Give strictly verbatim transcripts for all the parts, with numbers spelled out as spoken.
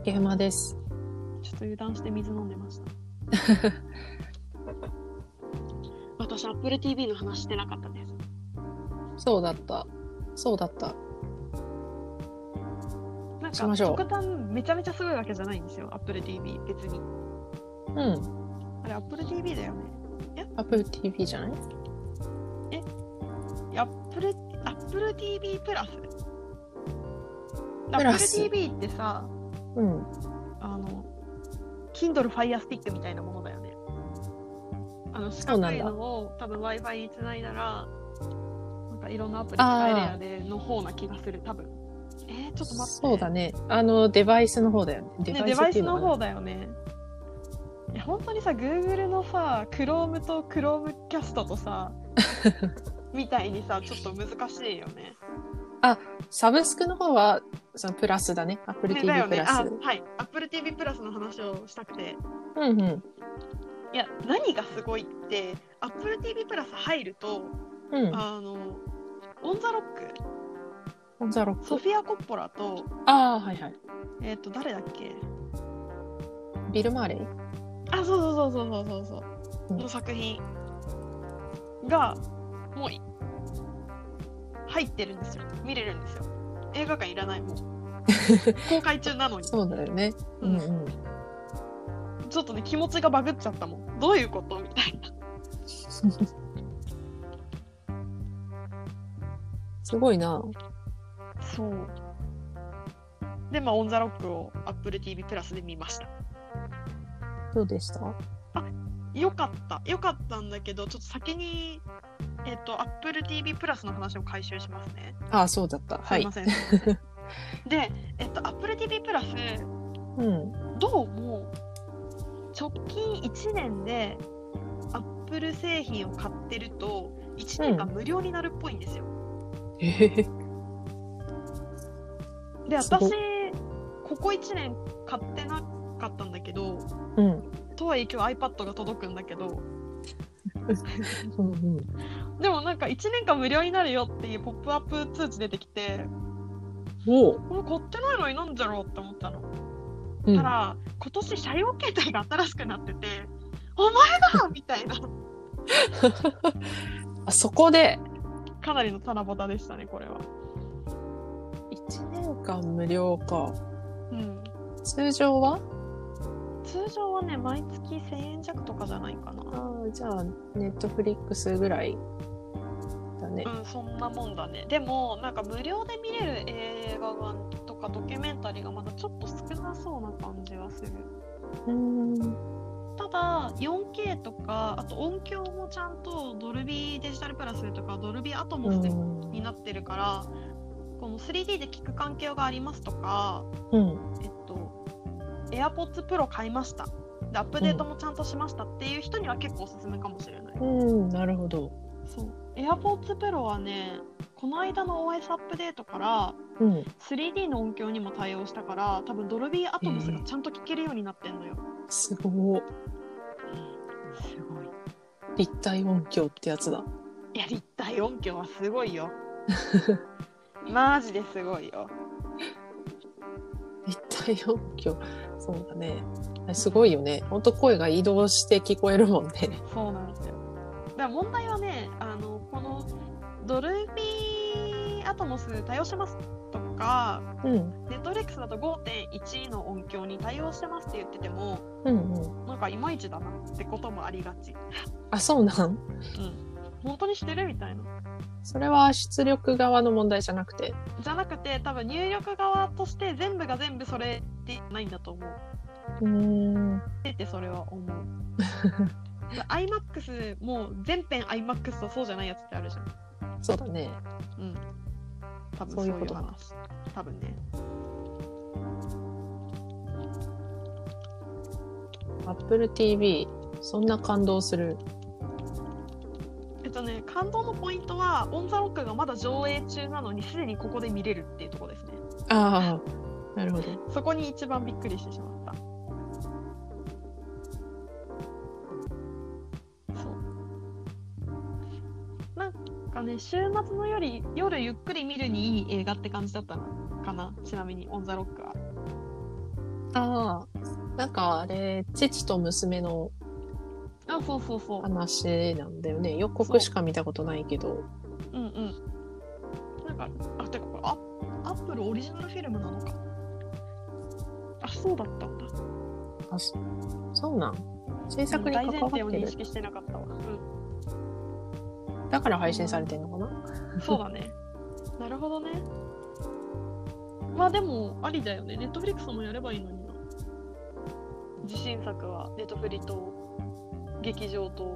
ゲーマです。 ちょっと油断して水飲んでました。私、Apple ティーブイ の話してなかったです。 そうだった。そうだった。 なんか、特段めちゃめちゃすごいわけじゃないんですよ、Apple ティーブイ、別に。 うん。 あれ、Apple ティーブイ だよね。 え ?Apple ティーブイ じゃない？ え ?Apple、Apple ティーブイ プラスプラス Apple ティーブイ ってさ、 うん。 あの、Kindle Fire Stick みたいなものだよね。あの、四角いのを多分 Wi-Fi につないだら、なんかいろんなアプリ使えるやでの方な気がする、多分。えー、ちょっと待って。 そうだね。あの、デバイスの方だよね。 デバイス、ね、デバイスの方だよね。いや、本当にさ、Google のさ、Chrome と Chromecast とさ、みたいにさ、ちょっと難しいよね。 あ、サブスクの方は、そのプラスだね。Apple ティーブイ プラス。 ね、あ、はい。Apple ティーブイ プラスの話をしたくて。 うんうん。 いや、何がすごいって、Apple ティーブイ プラス入ると、 うん、 あの、オンザロックオンザロックソフィア・コッポラと、 ああ、はいはい。 えっ、ー、と、誰だっけビル・マーレイあ、そうそうそうそうそうそう、うん、の作品が、もう、入ってるんですよ。見れるんですよ。映画館いらないもん。公開中なのに。 そうだよね。うんうん。 ちょっとね、気持ちがバグっちゃったもん。どういうことみたいな。 すごいな。 そう。で、まあ、オンザロックを Apple ティーブイ プラスで見ました。 どうでした？ あ、よかった。よかったんだけど、ちょっと先に、えっと、Apple ティーブイ プラスの話を回収しますね。 ああ、そうだった。はい。 すいません。すいませんで、えっと、Apple ティーブイ プラス、 うん、 どうも、直近いちねんで Apple 製品を買ってると、いちねんかん無料になるっぽいんですよ。 うん、えー、 で、私、ここいちねん買ってなかったんだけど、 うん、 とはいえ今日 iPad が届くんだけど、 うんうん、 でもなんかいちねんかん無料になるよっていうポップアップ通知出てきて、 おこれ買ってないのになんじゃろうって思ったの。うん、ただ今年車用携帯が新しくなってて、お前だみたいなあそこでかなりの七夕でしたね、これは。 いちねんかん無料か。 うん。 通常は通常はね、毎月せんえん弱とかじゃないかな。 ああ、じゃあ、ネットフリックスぐらいだね。 うん、そんなもんだね。でも、なんか無料で見れる映画がとかドキュメンタリーがまだちょっと少なそうな感じはする。 うーん。 ただ、よんケー とか、あと音響もちゃんとドルビーデジタルプラスとかドルビーアトモスになってるから、この スリーディー で聞く環境がありますとか、 うん、 えっと、AirPods Pro 買いました。で、アップデートもちゃんとしましたっていう人には結構おすすめかもしれない。 うん、なるほど。 そう。AirPods Pro はね、この間の オーエス アップデートから、うん、スリーディー の音響にも対応したから、多分ドルビーアトモスがちゃんと聞けるようになってんのよ。 すごい。 すごい。 立体音響ってやつだ。 いや、立体音響はすごいよ。マジですごいよ。 立体音響、そうだね。すごいよね。ほんと声が移動して聞こえるもんね。 そうなんですよ。だから問題はね、あの、このドルビーアトモス対応しますとか、うん、ネットフリックスだと ごてんいち の音響に対応してますって言ってても、うんうん、なんかいまいちだなってこともありがち。 あ、そうなん？うん。 本当にしてるみたいな。 それは出力側の問題じゃなくてじゃなくて、多分入力側として全部が全部それでないんだと思う。うーん。ってそれは思う。アイマックス もう全編 アイマックス とそうじゃないやつってあるじゃん。 そうだね。 うん。多分そういうこと話。多分ね。 Apple ティーブイ、そんな感動する。 えっとね、感動のポイントは、オンザロックがまだ上映中なのに、すでにここで見れるっていうところですね。 ああ、なるほど。 そこに一番びっくりしてしまった。そう。なんかね、週末の夜、夜ゆっくり見るにいい映画って感じだったのかな、ちなみに、オンザロックは。 ああ、なんかあれ、父と娘のあ、そうそうそう。 話なんだよね。予告しか見たことないけど。 うんうん。なんか、あ、てかこれア、アップルオリジナルフィルムなのか。あ、そうだったんだ。 あ、そそうなん。制作に関わってる。 大前提を認識してなかったわ。 うん。だから配信されてんのかな。 そうだね。なるほどね。まあでも、ありだよね。ネットフリックスもやればいいのにな。自信作はネットフリと劇場と。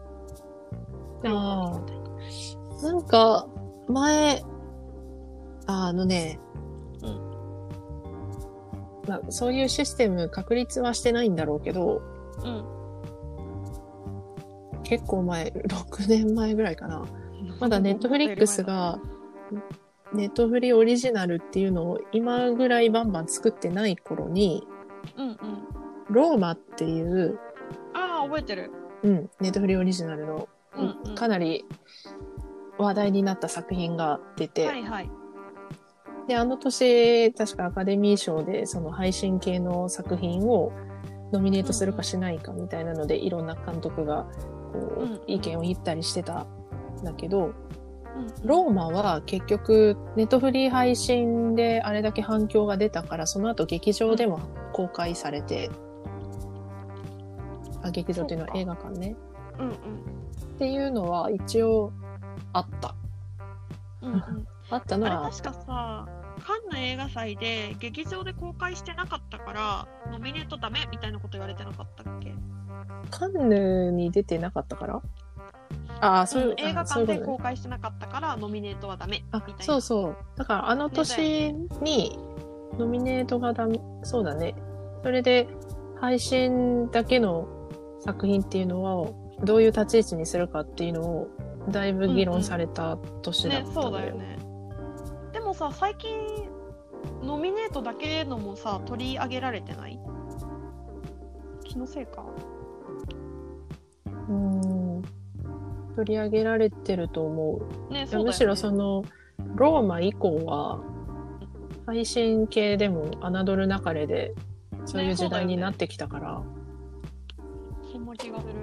ああ。なんか、前、あのね、 うん。 まあ、そういうシステム確立はしてないんだろうけど、 うん。 結構前、ろくねんまえぐらいかな。まだネットフリックスが、ネットフリオリジナルっていうのを今ぐらいバンバン作ってない頃に、 うんうん。 ローマっていう、 ああ、覚えてる。 うん、ネットフリオリジナルの、 うんうん、 かなり話題になった作品が出て、 はいはい。 で、あの年、確かアカデミー賞でその配信系の作品をノミネートするかしないかみたいなので、うんうん、いろんな監督がこう、うんうん、意見を言ったりしてたんだけど、ローマは結局ネットフリー配信であれだけ反響が出たから、その後劇場でも公開されて、あ、劇場っていうのは映画館ね、 うんうん、 っていうのは一応あった、 うんうん、 あったのはあれ確かさ、カンヌ映画祭で劇場で公開してなかったからノミネートダメみたいなこと言われてなかったっけ？ カンヌに出てなかったから、ああ、そういう、うん、 映画館で公開してなかったからノミネートはダメみたいな。 あ、そうそう。だからあの年にノミネートがダメ、そうだね。それで配信だけの作品っていうのをどういう立ち位置にするかっていうのをだいぶ議論された年だったんだよ、 うんうん、ね、そうだよね。でもさ、最近ノミネートだけのもさ取り上げられてない？気のせいか。 うーん。取り上げられてると思う。 ね、そうだよね。 むしろそのローマ以降は配信系でも侮るなかれでそういう時代になってきたから。ね、 そんな気がする。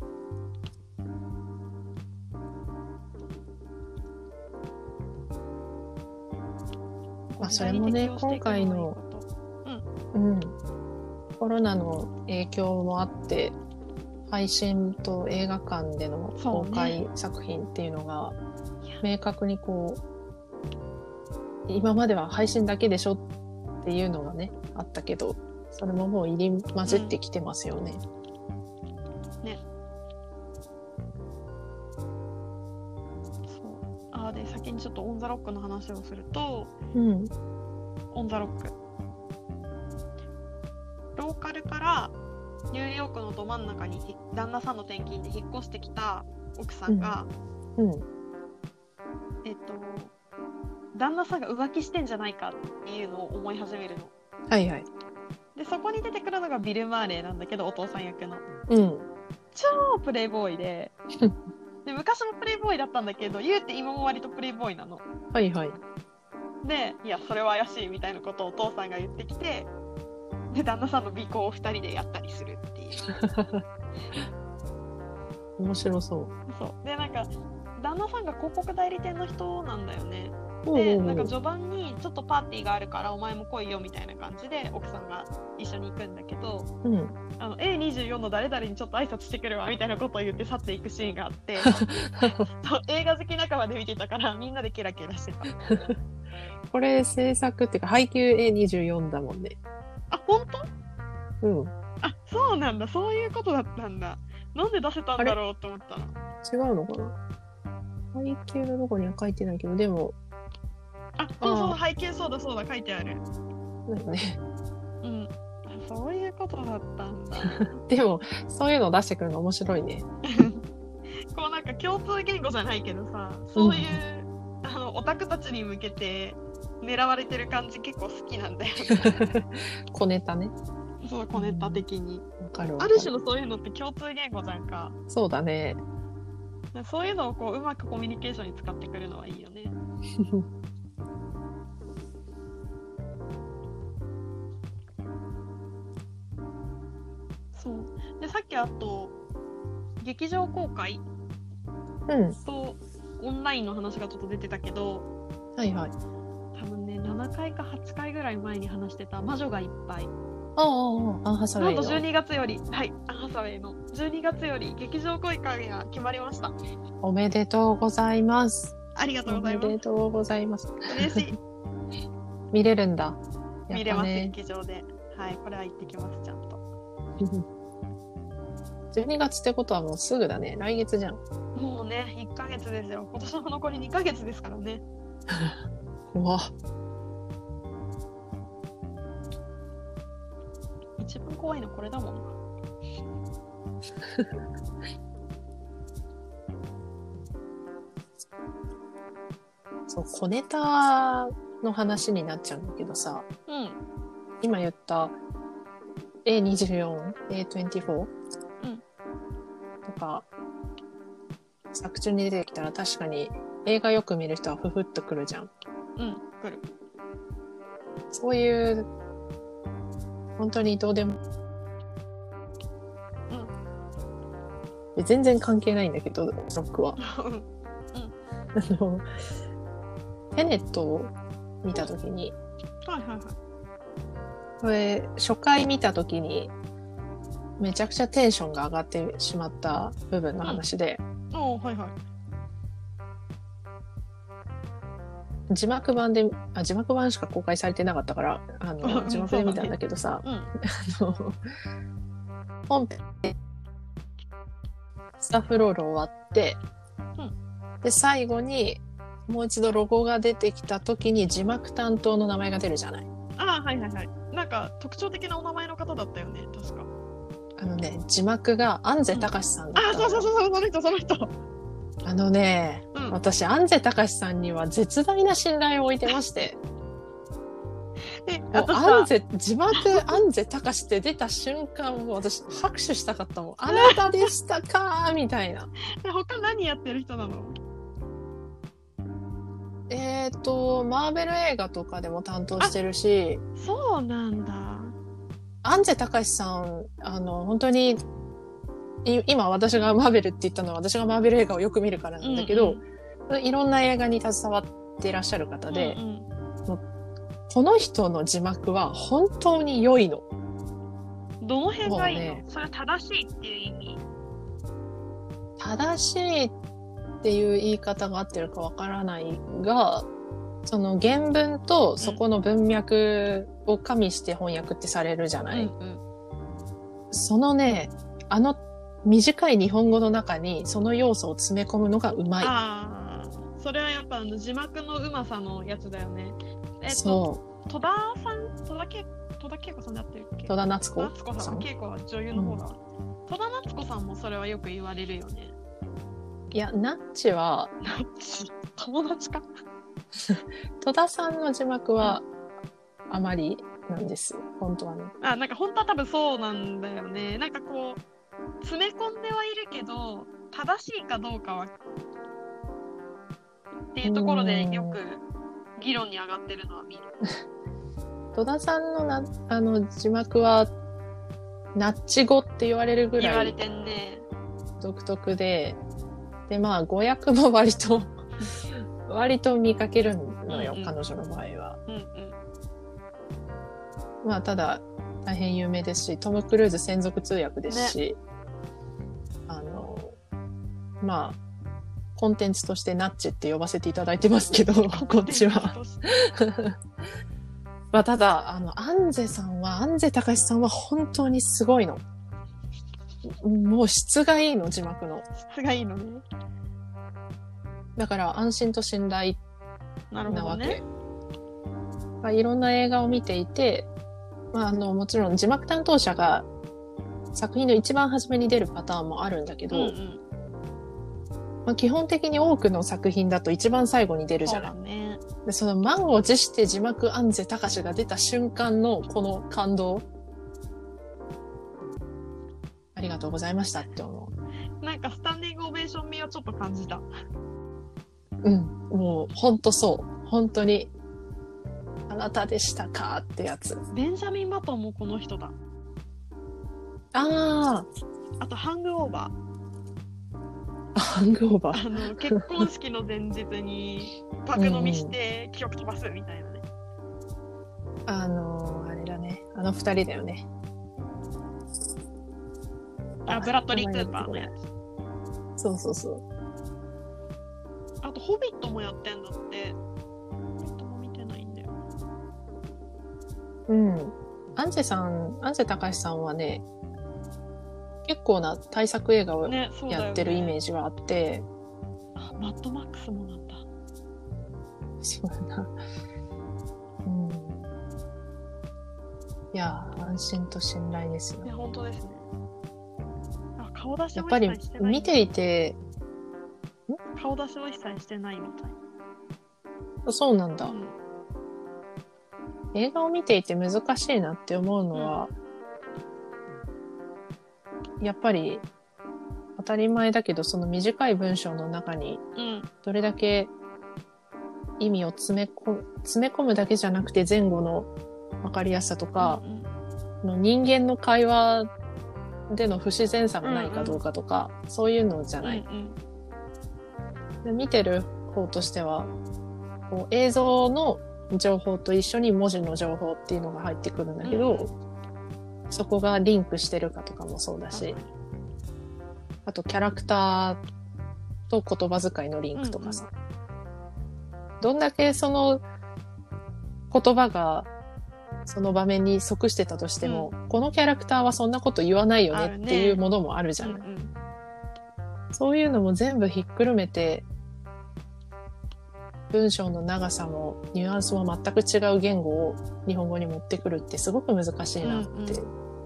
まあそれもね、今回の、うん、うん、コロナの影響もあって配信と映画館での公開作品っていうのが明確にこう、今までは配信だけでしょっていうのがねあったけど、それももう入り混じってきてますよね。 うん、ね。そう。あ、で先にちょっとオンザロックの話をすると、 うん、 オンザロック。ローカルからニューヨークのど真ん中に旦那さんの転勤で引っ越してきた奥さんが、 うんうん、 えっと旦那さんが浮気してんじゃないかっていうのを思い始めるの。 はいはい。 でそこに出てくるのがビル・マーレーなんだけど、お父さん役の、 うん、 超プレイボーイでで昔もプレイボーイだったんだけど、言うて今も割とプレイボーイなの。 はいはい。 で、いやそれは怪しいみたいなことをお父さんが言ってきて、で旦那さんの尾行をふたりでやったりするっていう面白そう。 そうで、なんか旦那さんが広告代理店の人なんだよね。 おうおうおう、 でなんか序盤にちょっとパーティーがあるからお前も来いよみたいな感じで奥さんが一緒に行くんだけど、 うん、 あの エーにじゅうよん の誰々にちょっと挨拶してくるわみたいなことを言って去っていくシーンがあってそう映画好き仲間で見てたからみんなでケラケラしてたこれ制作っていうか配給 エーにじゅうよん だもんね。 あ、本当？ うん。 あ、そうなんだ。そういうことだったんだ。なんで出せたんだろうと思ったら。 違うのかな？配給のとこには書いてないけど、でも。 あ、そうそう、配給そうだそうだ、書いてある。 なんかね。 うん。そういうことだったんだ。 でも、そういうの出してくるの面白いね。 こうなんか共通言語じゃないけどさ、そういう、うん、あの、オタクたちに向けて狙われてる感じ結構好きなんだよね。 小ネタね。 そう、小ネタ的に。 うん、わかるわかる。ある種のそういうのって共通言語じゃんか。 そうだね。 そういうのをこううまくコミュニケーションに使ってくるのはいいよね。 きあと劇場公開うんとオンラインの話がちょっと出てたけど、 はいはい。 多分ねななかいかはちかいぐらい前に話してた魔女がいっぱい、 ああ、ああ、アンハサウェイの。 なんとじゅうにがつより、はい、アンハサウェイのじゅうにがつより劇場公開が決まりました。 おめでとうございます。 ありがとうございます。 おめでとうございます。 嬉しい。 見れるんだ。 見れます、劇場で。はい、これは行ってきます、ちゃんと。 じゅうにがつってことはもうすぐだね。来月じゃん。 もうね、いっかげつですよ。今年も残りにかげつですからね。 うわ。 一番怖いのこれだもんな。 そう、小ネタの話になっちゃうんだけどさ、 うん、 今言った エーにじゅうよん、エーにじゅうよん、 うん、 とか作中に出てきたら確かに映画よく見る人はふふっとくるじゃん。 うん、来る。 そういう本当にどうでも、うん、全然関係ないんだけどロックは。 うん、 あのテネットを見たときに、 はいはいはい。 これ初回見たときにめちゃくちゃテンションが上がってしまった部分の話で、 うん、おはいはい。 字幕版であ字幕版しか公開されてなかったからあの字幕で見たんだけどさ、 うん、 あの本編でスタッフロール終わって、うん、で最後にもう一度ロゴが出てきた時に字幕担当の名前が出るじゃない。 ああ、はいはいはい。なんか特徴的なお名前の方だったよね、確か。 あのね、字幕が安瀬隆さんだった、 うん、あ、そうそうそう、その人、その人。 あのね、うん、私、安瀬隆さんには絶大な信頼を置いてまして。え、安瀬、字幕安瀬隆って出た瞬間、もう私、拍手したかったもん。あなたでしたかみたいな。 他何やってる人なの？ えっと、マーベル映画とかでも担当してるし。 そうなんだ。 安瀬隆さん、あの、本当に、今私がマーベルって言ったのは私がマーベル映画をよく見るからなんだけど、うんうん、いろんな映画に携わっていらっしゃる方で、うんうん、もうこの人の字幕は本当に良いの。 どの辺がいいの？ね、それは正しいっていう意味？ 正しいっていう言い方が合ってるかわからないが、その原文とそこの文脈を加味して翻訳ってされるじゃない、うんうん、そのね、あの短い日本語の中にその要素を詰め込むのがうまい。 ああ、それはやっぱあの字幕のうまさのやつだよね。えっと、 そう。 戸田さん、戸田恵戸田恵子さんだってるっけ？ 戸田夏子夏子さん。恵子は女優の方だ、うん。戸田夏子さんもそれはよく言われるよね。 いや、ナッチはナッチ友達か。 戸田さんの字幕はあまりなんですよ、本当はね。 あ、なんか本当は多分そうなんだよね。なんかこう。詰め込んではいるけど正しいかどうかはっていうところでよく議論に上がってるのは見る。 戸田さんのなあの字幕はナッチ語って言われるぐらい言われてんね。 独特で、でまあ語訳も割と割と見かけるのよ、うんうん、彼女の場合は。うんうん、まあただ大変有名ですし、トム・クルーズ専属通訳ですし、ね、あのまあコンテンツとしてナッチって呼ばせていただいてますけどこっちはまあただあの安瀬さんは安瀬隆さんは本当にすごいの。もう質がいいの、字幕の質がいいのね。 だから安心と信頼なわけ。なるほどね。まあ、いろんな映画を見ていて、まあ、あのもちろん字幕担当者が作品の一番初めに出るパターンもあるんだけど、うんうんまあ、基本的に多くの作品だと一番最後に出るじゃない。そうだね。でその満を持して字幕安瀬隆が出た瞬間のこの感動、ありがとうございましたって思う。なんかスタンディングオベーション味をちょっと感じた。 うん、もう本当そう、本当にあなたでしたかってやつ。 ベンジャミン・バトンもこの人だ。 ああ、 あとハングオーバー。ハングオーバー。 あの結婚式の前日に爆飲みして記憶飛ばすみたいなね。 あのー、あれだね。あの二人だよね。 あ、ブラッドリー・クーパーのやつ。そうそうそう。 あと、ホビットもやってんだって。ホビットも見てないんだよ。 うん。アンジェさん、アンジェ隆さんはね、結構な大作映画をやってるイメージはあって。ね、 あ、マッドマックスもなんだ。 そうだな。うん。いや、安心と信頼ですよ。 いや、本当ですね。あ、顔出しやっぱり見ていて、 顔出しは一切してないみたい。そうなんだ、うん。映画を見ていて難しいなって思うのは、うん、やっぱり当たり前だけど、その短い文章の中にどれだけ意味を詰めこ、詰め込むだけじゃなくて前後の分かりやすさとか、うんうん、の人間の会話での不自然さがないかどうかとか、うんうん、そういうのじゃない、うんうんで見てる方としてはこう映像の情報と一緒に文字の情報っていうのが入ってくるんだけど、うん、そこがリンクしてるかとかもそうだし、あとキャラクターと言葉遣いのリンクとかさ、うんうん、どんだけその言葉がその場面に即してたとしても、うん、このキャラクターはそんなこと言わないよねっていうものもあるじゃない、うんうん、そういうのも全部ひっくるめて文章の長さもニュアンスも全く違う言語を日本語に持ってくるってすごく難しいなって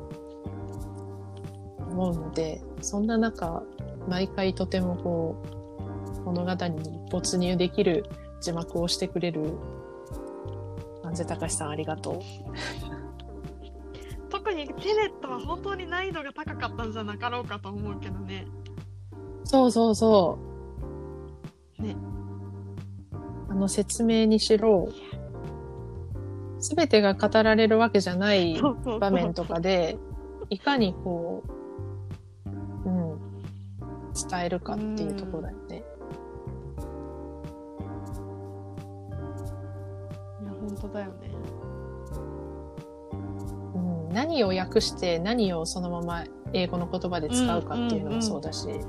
思うので、うんうん、そんな中毎回とてもこう物語に没入できる字幕をしてくれる安瀬隆さんありがとう。 特にテネットは本当に難易度が高かったんじゃなかろうかと思うけどね。 そうそうそう。ね。 あの説明にしろ、すべてが語られるわけじゃない場面とかで、いかにこう、うん、伝えるかっていうところだよね。 いや、本当だよね。 うん、何を訳して何をそのまま英語の言葉で使うかっていうのもそうだし。うんうんうん、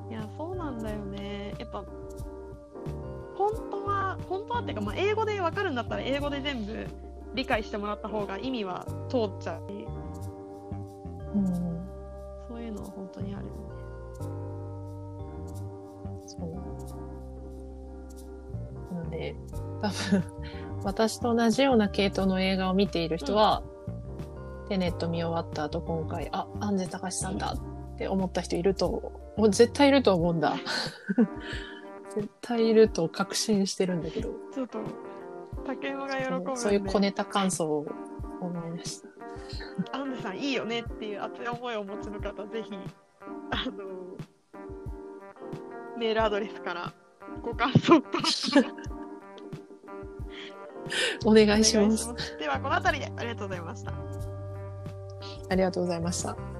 いや、そうなんだよね。やっぱ、本当は、本当はっていうか、まあ、英語で分かるんだったら、英語で全部理解してもらった方が意味は通っちゃう。うん。そういうのは本当にあるよね。 そう。なので、多分、私と同じような系統の映画を見ている人は、うん、テネット見終わった後、今回、あ、安瀬隆さんだって思った人いると、もう絶対いると思うんだ。絶対いると確信してるんだけど。 ちょっと、竹山が喜ぶんで。 そういう小ネタ感想を思いました。 安瀬さんいいよねっていう熱い思いをお持ちの方、ぜひ、あの、メールアドレスからご感想とお願いします。 では、この辺りでありがとうございました。 ありがとうございました。